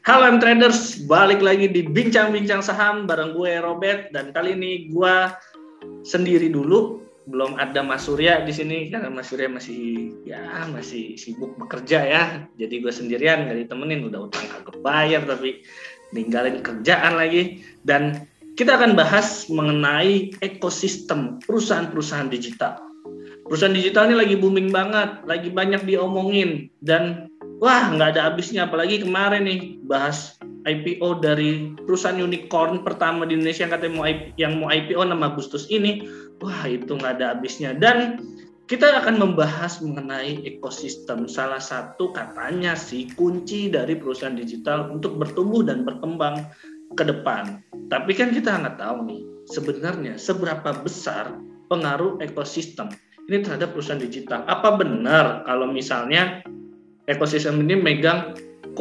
Halo M-Traders, balik lagi di Bincang-Bincang Saham bareng gue Robert, dan kali ini gue sendiri dulu, belum ada Mas Surya di sini karena Mas Surya masih sibuk bekerja ya. Jadi gue sendirian, gak ditemenin, udah utang kagak bayar tapi ninggalin kerjaan lagi. Dan kita akan bahas mengenai ekosistem perusahaan-perusahaan digital. Perusahaan digital ini lagi booming banget, lagi banyak diomongin, dan wah, nggak ada habisnya. Apalagi kemarin nih bahas IPO dari perusahaan unicorn pertama di Indonesia yang katanya mau IPO 6 Agustus ini. Wah, itu nggak ada habisnya. Dan kita akan membahas mengenai ekosistem. Salah satu katanya sih kunci dari perusahaan digital untuk bertumbuh dan berkembang ke depan. Tapi kan kita nggak tahu nih sebenarnya seberapa besar pengaruh ekosistem ini terhadap perusahaan digital. Apa benar kalau misalnya ekosistem ini megang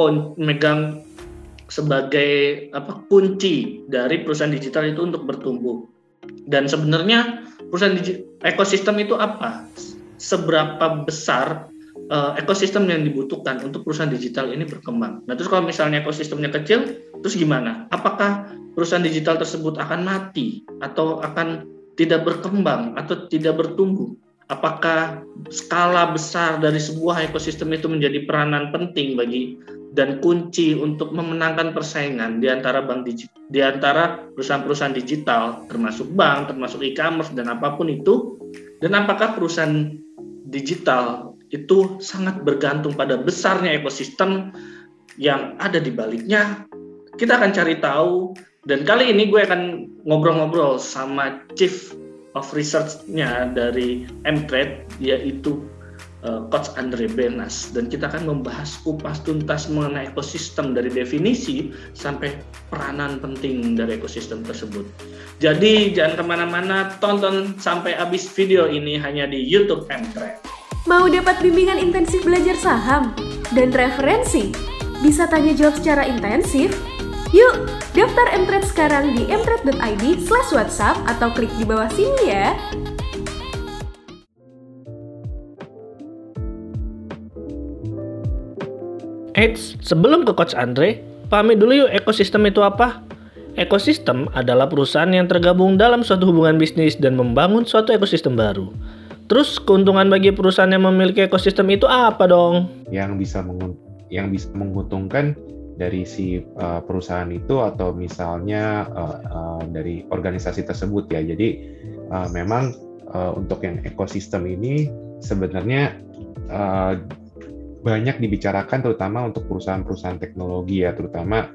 sebagai kunci dari perusahaan digital itu untuk bertumbuh? Dan sebenarnya ekosistem itu apa? Seberapa besar ekosistem yang dibutuhkan untuk perusahaan digital ini berkembang? Nah, terus kalau misalnya ekosistemnya kecil, terus gimana? Apakah perusahaan digital tersebut akan mati atau akan tidak berkembang atau tidak bertumbuh? Apakah skala besar dari sebuah ekosistem itu menjadi peranan penting bagi dan kunci untuk memenangkan persaingan di antara perusahaan-perusahaan digital, termasuk bank, termasuk e-commerce dan apapun itu? Dan apakah perusahaan digital itu sangat bergantung pada besarnya ekosistem yang ada di baliknya? Kita akan cari tahu, dan kali ini gue akan ngobrol-ngobrol sama Chief of Research-nya dari M-Trade, yaitu Coach Andre Bernas, dan kita akan membahas kupas tuntas mengenai ekosistem dari definisi sampai peranan penting dari ekosistem tersebut. Jadi jangan kemana-mana, tonton sampai habis video ini hanya di YouTube M-Trade. Mau dapat bimbingan intensif belajar saham dan referensi? Bisa tanya jawab secara intensif? Yuk, daftar M-Trade sekarang di mtrade.id/WhatsApp atau klik di bawah sini ya. Eits, sebelum ke Coach Andre, pahami dulu yuk ekosistem itu apa? Ekosistem adalah perusahaan yang tergabung dalam suatu hubungan bisnis dan membangun suatu ekosistem baru. Terus keuntungan bagi perusahaan yang memiliki ekosistem itu apa dong? Yang bisa menguntungkan dari si perusahaan itu atau misalnya dari organisasi tersebut ya. Jadi memang untuk yang ekosistem ini sebenarnya banyak dibicarakan terutama untuk perusahaan-perusahaan teknologi ya, terutama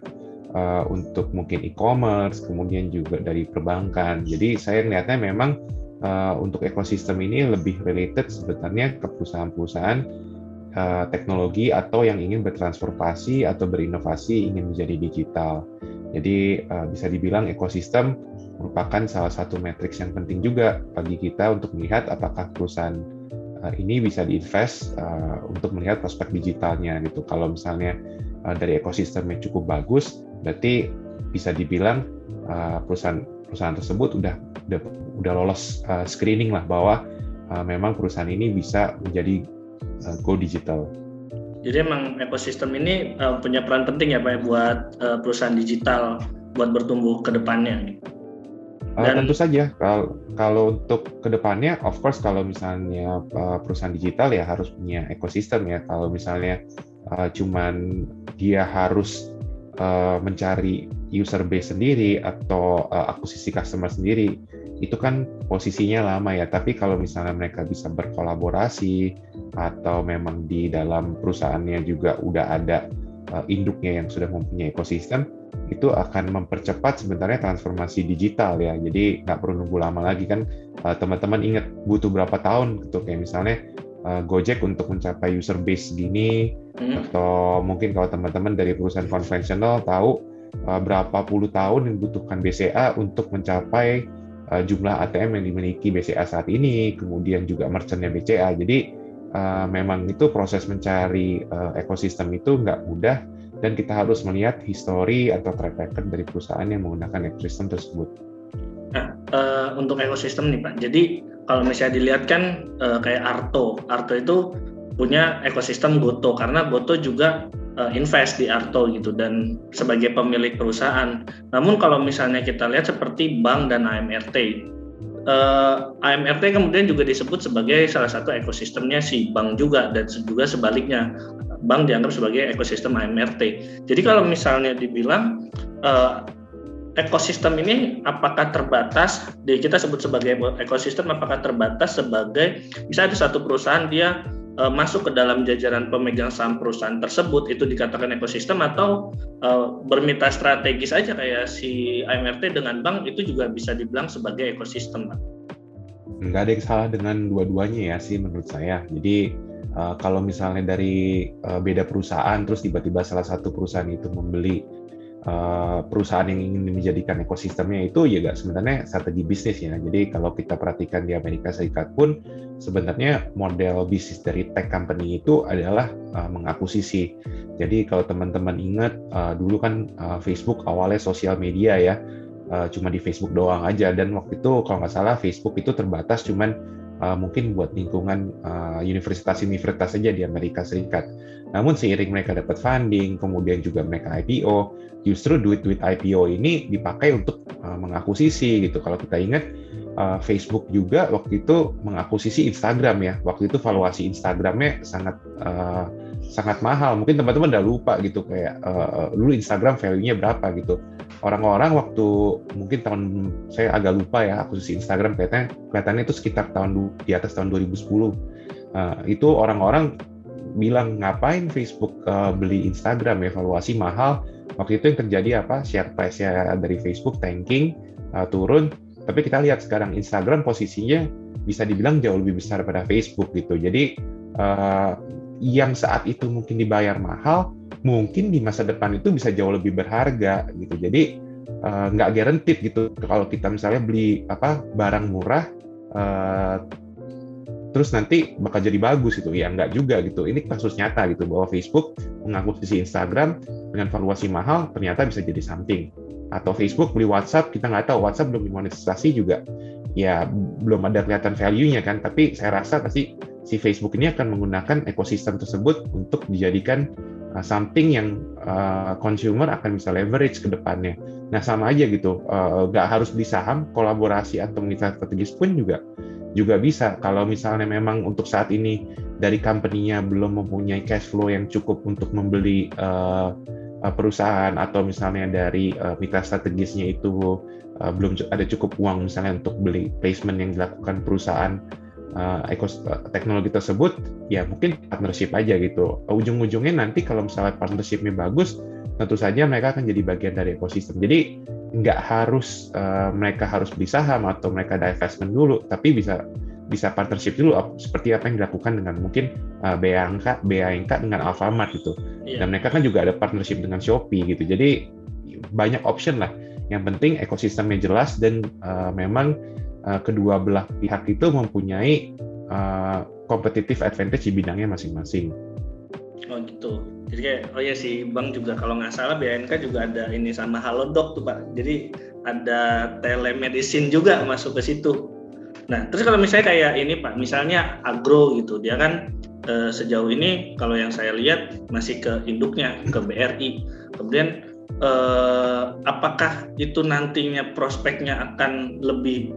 untuk mungkin e-commerce, kemudian juga dari perbankan. Jadi saya melihatnya memang untuk ekosistem ini lebih related sebenarnya ke perusahaan-perusahaan teknologi atau yang ingin bertransformasi atau berinovasi, ingin menjadi digital. Jadi bisa dibilang ekosistem merupakan salah satu matriks yang penting juga bagi kita untuk melihat apakah perusahaan ini bisa diinvest untuk melihat prospek digitalnya gitu. Kalau misalnya dari ekosistemnya cukup bagus, berarti bisa dibilang perusahaan tersebut udah lolos screening lah bahwa memang perusahaan ini bisa menjadi go digital. Jadi emang ekosistem ini punya peran penting ya Pak buat perusahaan digital buat bertumbuh ke depannya. Tentu saja kalau untuk ke depannya, of course kalau misalnya perusahaan digital ya harus punya ekosistem ya. Kalau misalnya cuman dia harus mencari user base sendiri atau akuisisi customer sendiri, itu kan posisinya lama ya. Tapi kalau misalnya mereka bisa berkolaborasi atau memang di dalam perusahaannya juga udah ada induknya yang sudah mempunyai ekosistem, itu akan mempercepat sebenarnya transformasi digital ya. Jadi nggak perlu nunggu lama lagi kan. Teman-teman ingat butuh berapa tahun gitu, kayak misalnya Gojek untuk mencapai user base segini, atau mungkin kalau teman-teman dari perusahaan konvensional tahu berapa puluh tahun yang dibutuhkan BCA untuk mencapai jumlah ATM yang dimiliki BCA saat ini, kemudian juga merchant-nya BCA. Jadi memang itu proses mencari ekosistem itu nggak mudah, dan kita harus melihat histori atau track record dari perusahaan yang menggunakan ekosistem tersebut. Nah, untuk ekosistem nih Pak, jadi kalau misalnya dilihat kan kayak Arto itu punya ekosistem Goto, karena Goto juga invest di Arto gitu dan sebagai pemilik perusahaan. Namun kalau misalnya kita lihat seperti bank dan AMRT, AMRT kemudian juga disebut sebagai salah satu ekosistemnya si bank juga, dan juga sebaliknya bank dianggap sebagai ekosistem AMRT. Jadi kalau misalnya dibilang ekosistem ini apakah terbatas, kita sebut sebagai ekosistem, apakah terbatas sebagai bisa ada satu perusahaan dia masuk ke dalam jajaran pemegang saham perusahaan tersebut, itu dikatakan ekosistem, atau bermitra strategis aja kayak si AMRT dengan bank itu juga bisa dibilang sebagai ekosistem, Pak? Nggak ada yang salah dengan dua-duanya ya sih menurut saya. Jadi kalau misalnya dari beda perusahaan terus tiba-tiba salah satu perusahaan itu membeli perusahaan yang ingin menjadikan ekosistemnya, itu ya sebenarnya strategi bisnis ya. Jadi kalau kita perhatikan di Amerika Serikat pun sebenarnya model bisnis dari tech company itu adalah mengakuisisi. Jadi kalau teman-teman ingat dulu kan Facebook awalnya sosial media ya, cuma di Facebook doang aja, dan waktu itu kalau nggak salah Facebook itu terbatas cuman mungkin buat lingkungan universitas-universitas saja di Amerika Serikat. Namun seiring mereka dapat funding, kemudian juga mereka IPO, justru duit-duit IPO ini dipakai untuk mengakuisisi gitu. Kalau kita ingat, Facebook juga waktu itu mengakuisisi Instagram ya. Waktu itu valuasi Instagramnya sangat mahal. Mungkin teman-teman udah lupa gitu, kayak dulu Instagram value-nya berapa gitu. Orang-orang waktu mungkin saya agak lupa ya, akuisisi Instagram kelihatannya itu sekitar di atas tahun 2010. Itu orang-orang bilang, ngapain Facebook beli Instagram, evaluasi mahal. Waktu itu yang terjadi apa? Share price-nya dari Facebook tanking, turun. Tapi kita lihat sekarang Instagram posisinya bisa dibilang jauh lebih besar pada Facebook gitu. Jadi yang saat itu mungkin dibayar mahal, mungkin di masa depan itu bisa jauh lebih berharga gitu. Jadi nggak guaranteed gitu. Kalau kita misalnya beli barang murah, terus nanti bakal jadi bagus gitu, ya nggak juga gitu. Ini kasus nyata gitu, bahwa Facebook mengakuisisi Instagram dengan valuasi mahal, ternyata bisa jadi something. Atau Facebook beli WhatsApp, kita nggak tahu, WhatsApp belum dimonetisasi juga, ya belum ada kelihatan value-nya kan, tapi saya rasa pasti si Facebook ini akan menggunakan ekosistem tersebut untuk dijadikan something yang consumer akan bisa leverage ke depannya. Nah sama aja gitu, nggak harus beli saham, kolaborasi atau mitra strategis pun juga bisa. Kalau misalnya memang untuk saat ini dari company-nya belum mempunyai cash flow yang cukup untuk membeli perusahaan, atau misalnya dari mitra strategisnya itu belum ada cukup uang misalnya untuk beli placement yang dilakukan perusahaan teknologi tersebut, ya mungkin partnership aja gitu. Ujung-ujungnya nanti kalau misalnya partnership-nya bagus, tentu saja mereka akan jadi bagian dari ekosistem. Jadi nggak harus mereka harus beli saham atau mereka divestment dulu, tapi bisa partnership dulu, seperti apa yang dilakukan dengan mungkin BANK dengan Alfamart gitu. Dan mereka kan juga ada partnership dengan Shopee gitu. Jadi banyak option lah. Yang penting ekosistemnya jelas dan memang kedua belah pihak itu mempunyai competitive advantage di bidangnya masing-masing. Oh gitu. Jadi kayak, oh ya si Bang juga kalau nggak salah BNK juga ada ini sama Halodoc tuh Pak. Jadi ada telemedicine juga masuk ke situ. Nah terus kalau misalnya kayak ini Pak, misalnya Agro gitu, dia kan sejauh ini kalau yang saya lihat masih ke induknya, ke BRI. Kemudian apakah itu nantinya prospeknya akan lebih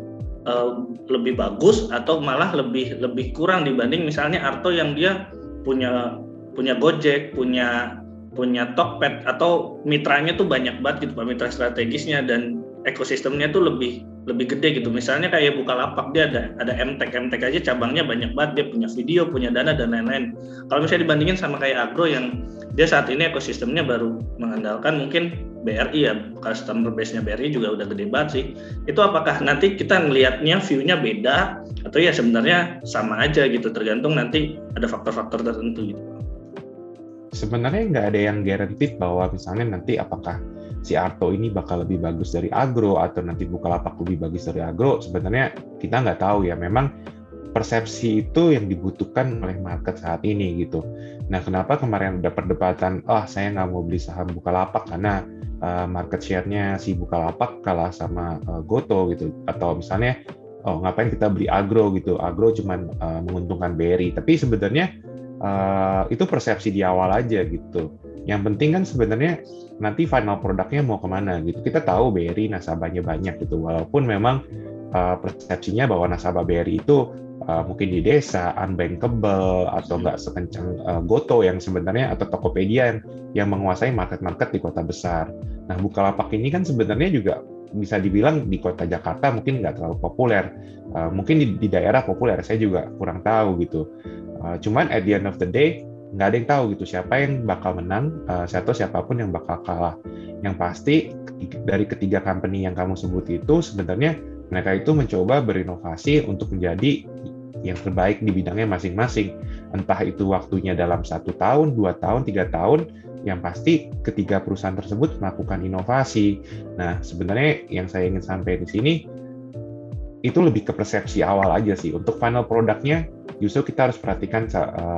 bagus atau malah lebih kurang dibanding misalnya Arto yang dia punya Gojek, punya Tokped, atau mitranya tuh banyak banget gitu Pak, mitra strategisnya, dan ekosistemnya tuh lebih gede gitu. Misalnya kayak Bukalapak, dia ada MTech aja cabangnya banyak banget, dia punya video, punya dana dan lain-lain. Kalau misalnya dibandingin sama kayak Agro yang dia saat ini ekosistemnya baru mengandalkan mungkin BRI ya, customer base-nya BRI juga udah gede banget sih. Itu apakah nanti kita ngelihatnya view-nya beda atau ya sebenarnya sama aja gitu, tergantung nanti ada faktor-faktor tertentu gitu. Sebenarnya nggak ada yang guaranteed bahwa misalnya nanti apakah si Arto ini bakal lebih bagus dari Agro atau nanti Bukalapak lebih bagus dari Agro. Sebenarnya kita nggak tahu ya. Memang persepsi itu yang dibutuhkan oleh market saat ini gitu. Nah, kenapa kemarin ada perdebatan, saya nggak mau beli saham Bukalapak karena market share-nya si Bukalapak kalah sama Goto gitu. Atau misalnya, ngapain kita beli Agro gitu, Agro cuman menguntungkan BRI. Tapi sebenarnya itu persepsi di awal aja gitu. Yang penting kan sebenarnya nanti final produknya mau kemana gitu. Kita tahu BRI nasabahnya banyak gitu, walaupun memang persepsinya bahwa nasabah BRI itu mungkin di desa, unbankable, atau nggak sekencang Goto yang sebenarnya, atau Tokopedia yang menguasai market-market di kota besar. Nah, Bukalapak ini kan sebenarnya juga bisa dibilang di kota Jakarta mungkin nggak terlalu populer. Mungkin di daerah populer, saya juga kurang tahu gitu. Cuman at the end of the day, nggak ada yang tahu gitu siapa yang bakal menang, atau siapapun yang bakal kalah. Yang pasti dari ketiga company yang kamu sebut itu sebenarnya mereka itu mencoba berinovasi untuk menjadi yang terbaik di bidangnya masing-masing. Entah itu waktunya dalam 1 tahun, 2 tahun, 3 tahun, yang pasti ketiga perusahaan tersebut melakukan inovasi. Nah, sebenarnya yang saya ingin sampaikan di sini, itu lebih ke persepsi awal aja sih. Untuk final produknya, justru kita harus perhatikan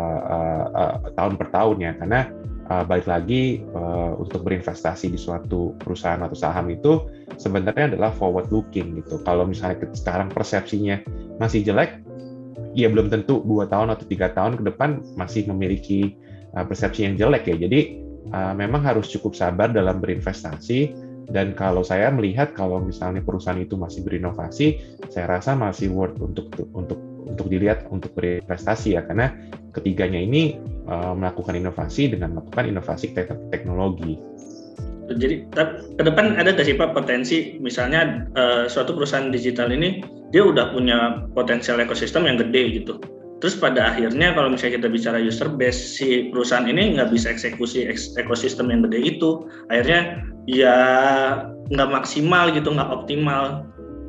tahun per tahun ya, karena balik lagi untuk berinvestasi di suatu perusahaan atau saham itu sebenarnya adalah forward looking gitu. Kalau misalnya sekarang persepsinya masih jelek, ya belum tentu 2 tahun atau 3 tahun ke depan masih memiliki persepsi yang jelek ya. Jadi memang harus cukup sabar dalam berinvestasi, dan kalau saya melihat kalau misalnya perusahaan itu masih berinovasi, saya rasa masih worth untuk dilihat untuk berinvestasi ya, karena ketiganya ini melakukan inovasi dengan melakukan inovasi teknologi. Jadi ke depan ada nggak sih Pak potensi misalnya suatu perusahaan digital ini dia udah punya potensial ekosistem yang gede gitu. Terus pada akhirnya kalau misalnya kita bicara user base, si perusahaan ini nggak bisa eksekusi ekosistem yang gede itu, akhirnya ya nggak maksimal gitu, nggak optimal.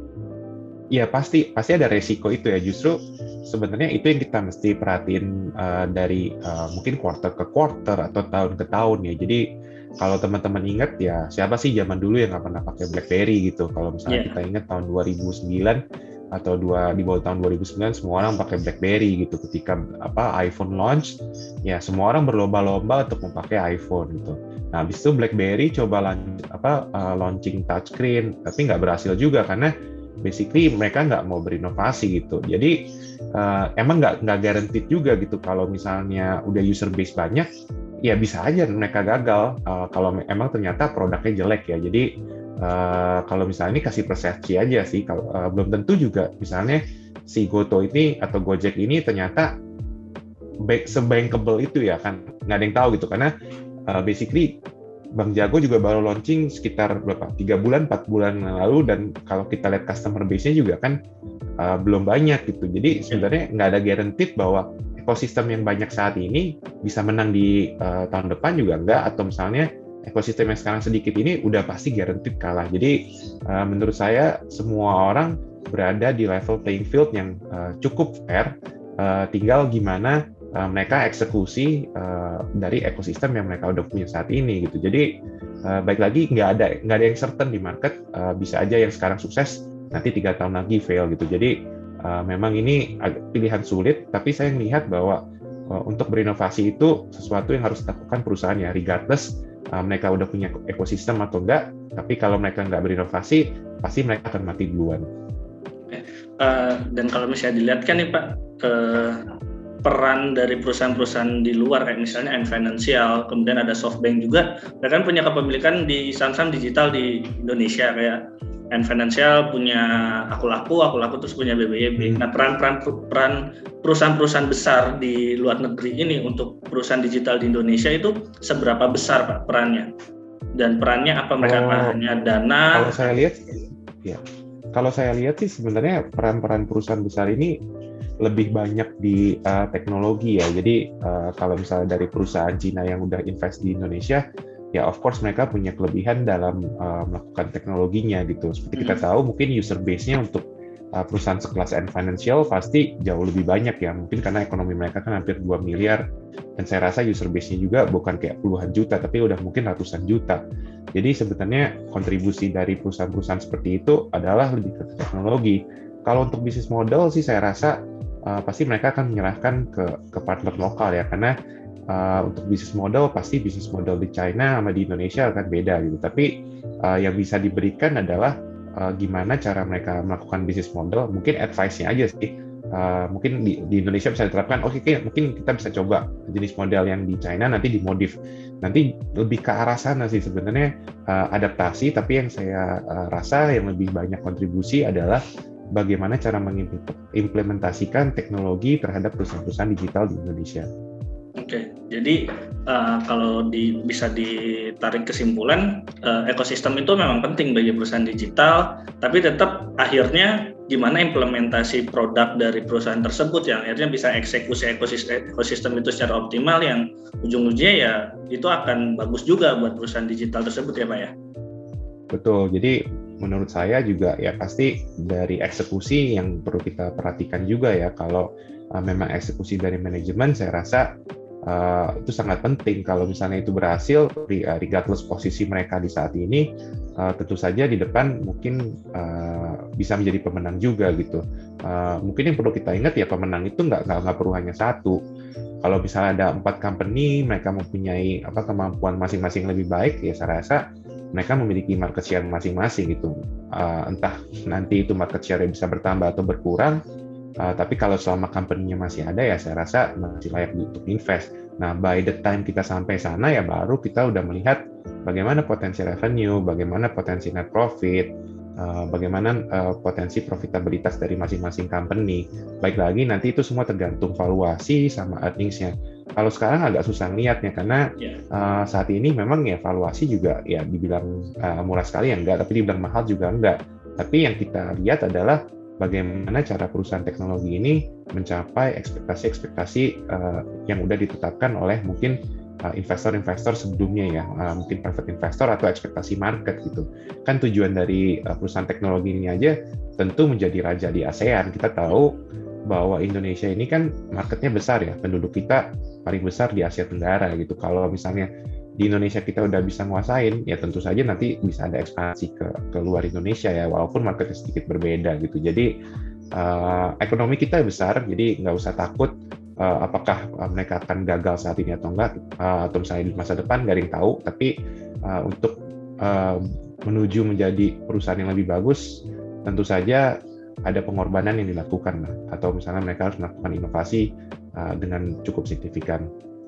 Ya pasti ada resiko itu ya. Justru sebenarnya itu yang kita mesti perhatiin dari mungkin quarter ke quarter atau tahun ke tahun ya. Jadi kalau teman-teman ingat ya, siapa sih zaman dulu yang nggak pernah pakai BlackBerry gitu. Kalau misalnya kita ingat tahun 2009 atau di bawah tahun 2009 semua orang pakai BlackBerry gitu. Ketika iPhone launch, ya semua orang berlomba-lomba untuk memakai iPhone gitu. Nah, habis itu BlackBerry coba launching touchscreen, tapi nggak berhasil juga karena basically mereka nggak mau berinovasi gitu. Jadi emang nggak guaranteed juga gitu. Kalau misalnya udah user base banyak, ya bisa aja mereka gagal kalau emang ternyata produknya jelek ya. Jadi kalau misalnya ini kasih persepsi aja sih. Kalau belum tentu juga misalnya si Goto ini atau Gojek ini ternyata sebankable itu ya kan, nggak ada yang tahu gitu, karena basically Bang Jago juga baru launching sekitar 3 bulan, 4 bulan lalu, dan kalau kita lihat customer base-nya juga kan belum banyak gitu. Jadi sebenarnya nggak ada guaranteed bahwa ekosistem yang banyak saat ini bisa menang di tahun depan juga enggak, atau misalnya ekosistem yang sekarang sedikit ini udah pasti guaranteed kalah. Jadi menurut saya semua orang berada di level playing field yang cukup fair, tinggal gimana mereka eksekusi dari ekosistem yang mereka udah punya saat ini gitu. Jadi baik lagi nggak ada yang certain di market, bisa aja yang sekarang sukses nanti 3 tahun lagi fail gitu. Jadi memang ini pilihan sulit, tapi saya melihat bahwa untuk berinovasi itu sesuatu yang harus dilakukan perusahaan ya, regardless mereka udah punya ekosistem atau enggak. Tapi kalau mereka nggak berinovasi, pasti mereka akan mati duluan. Dan kalau misalnya dilihat kan nih Pak, peran dari perusahaan-perusahaan di luar kayak misalnya Ant Financial, kemudian ada SoftBank juga, mereka kan punya kepemilikan di saham-saham digital di Indonesia. Kayak Ant Financial punya Aku Laku terus punya BBYB. Nah, peran perusahaan-perusahaan besar di luar negeri ini untuk perusahaan digital di Indonesia itu seberapa besar Pak perannya? Dan perannya apa mereka hanya dana? Kalau saya lihat sih sebenarnya peran-peran perusahaan besar ini lebih banyak di teknologi ya. Jadi kalau misalnya dari perusahaan Cina yang udah invest di Indonesia, ya of course mereka punya kelebihan dalam melakukan teknologinya gitu. Seperti kita tahu mungkin user base-nya untuk perusahaan sekelas Ant Financial pasti jauh lebih banyak ya. Mungkin karena ekonomi mereka kan hampir 2 miliar, dan saya rasa user base-nya juga bukan kayak puluhan juta, tapi udah mungkin ratusan juta. Jadi sebenarnya kontribusi dari perusahaan-perusahaan seperti itu adalah lebih ke teknologi. Kalau untuk bisnis model sih saya rasa pasti mereka akan menyerahkan ke partner lokal ya, karena untuk bisnis model pasti bisnis model di China sama di Indonesia akan beda gitu. Tapi yang bisa diberikan adalah gimana cara mereka melakukan bisnis model, mungkin advice-nya aja sih. mungkin di Indonesia bisa diterapkan, oke, mungkin kita bisa coba jenis model yang di China nanti dimodif. Nanti lebih ke arah sana sih sebenarnya, adaptasi, tapi yang saya rasa yang lebih banyak kontribusi adalah bagaimana cara mengimplementasikan teknologi terhadap perusahaan-perusahaan digital di Indonesia. Oke, jadi kalau bisa ditarik kesimpulan, ekosistem itu memang penting bagi perusahaan digital, tapi tetap akhirnya gimana implementasi produk dari perusahaan tersebut yang akhirnya bisa eksekusi ekosistem itu secara optimal, yang ujung-ujungnya ya itu akan bagus juga buat perusahaan digital tersebut ya Pak ya? Betul, jadi menurut saya juga ya pasti dari eksekusi yang perlu kita perhatikan juga ya. Kalau memang eksekusi dari manajemen, saya rasa itu sangat penting. Kalau misalnya itu berhasil, regardless posisi mereka di saat ini, tentu saja di depan mungkin bisa menjadi pemenang juga gitu. Mungkin yang perlu kita ingat ya, pemenang itu nggak perlu hanya satu. Kalau misalnya ada 4 company, mereka mempunyai kemampuan masing-masing lebih baik, ya saya rasa mereka memiliki market share masing-masing gitu. Entah nanti itu market share bisa bertambah atau berkurang, tapi kalau selama company-nya masih ada, ya saya rasa masih layak untuk invest. Nah, by the time kita sampai sana, ya baru kita udah melihat bagaimana potensi revenue, bagaimana potensi net profit, bagaimana potensi profitabilitas dari masing-masing company. Baik lagi, nanti itu semua tergantung valuasi sama earnings-nya. Kalau sekarang agak susah ngeliatnya, karena saat ini memang ya valuasi juga ya dibilang murah sekali ya enggak, tapi dibilang mahal juga enggak. Tapi yang kita lihat adalah bagaimana cara perusahaan teknologi ini mencapai ekspektasi-ekspektasi yang udah ditetapkan oleh mungkin investor-investor sebelumnya ya, mungkin private investor atau ekspektasi market gitu. Kan tujuan dari perusahaan teknologi ini aja tentu menjadi raja di ASEAN. Kita tahu bahwa Indonesia ini kan marketnya besar ya, penduduk kita paling besar di Asia Tenggara gitu. Kalau misalnya di Indonesia kita udah bisa nguasain, ya tentu saja nanti bisa ada ekspansi ke luar Indonesia ya, walaupun marketnya sedikit berbeda gitu. Jadi ekonomi kita besar, jadi nggak usah takut apakah mereka akan gagal saat ini atau enggak, atau misalnya di masa depan, nggak ada yang tahu. Tapi untuk menuju menjadi perusahaan yang lebih bagus, tentu saja ada pengorbanan yang dilakukan, atau misalnya mereka harus melakukan inovasi dengan cukup signifikan.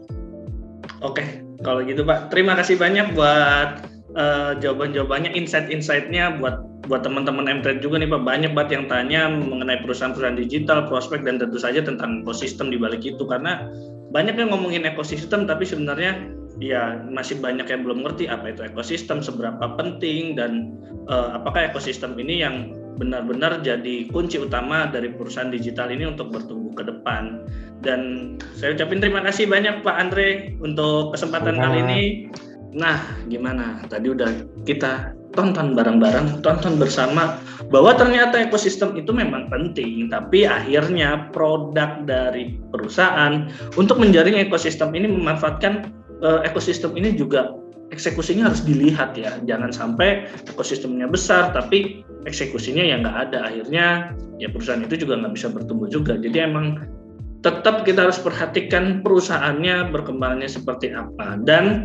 Oke, kalau gitu Pak, terima kasih banyak buat jawaban-jawabannya, insight-insightnya buat teman-teman M-Trade juga nih Pak. Banyak banget yang tanya mengenai perusahaan-perusahaan digital, prospek, dan tentu saja tentang ekosistem di balik itu. Karena banyak yang ngomongin ekosistem, tapi sebenarnya ya masih banyak yang belum ngerti apa itu ekosistem, seberapa penting, dan apakah ekosistem ini yang benar-benar jadi kunci utama dari perusahaan digital ini untuk bertumbuh ke depan. Dan saya ucapin terima kasih banyak Pak Andre untuk kesempatan kali ini. Nah, gimana? Tadi udah kita tonton bareng-bareng, tonton bersama bahwa ternyata ekosistem itu memang penting, tapi akhirnya produk dari perusahaan untuk menjaring ekosistem ini, memanfaatkan ekosistem ini juga eksekusinya harus dilihat ya. Jangan sampai ekosistemnya besar tapi eksekusinya yang nggak ada, akhirnya ya perusahaan itu juga nggak bisa bertumbuh juga. Jadi emang tetap kita harus perhatikan perusahaannya berkembangnya seperti apa, dan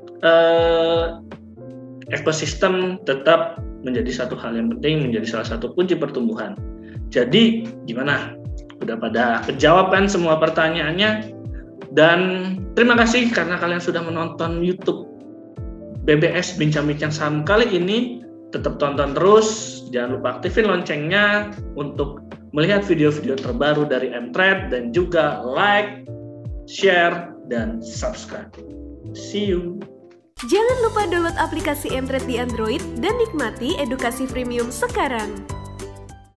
ekosistem tetap menjadi satu hal yang penting, menjadi salah satu kunci pertumbuhan. Jadi gimana? Udah pada kejawab kan semua pertanyaannya? Dan terima kasih karena kalian sudah menonton YouTube BBS Bincang-Bincang Saham kali ini. Tetap tonton terus, jangan lupa aktifin loncengnya untuk melihat video-video terbaru dari M-Trade, dan juga like, share, dan subscribe. See you! Jangan lupa download aplikasi M-Trade di Android dan nikmati edukasi premium sekarang.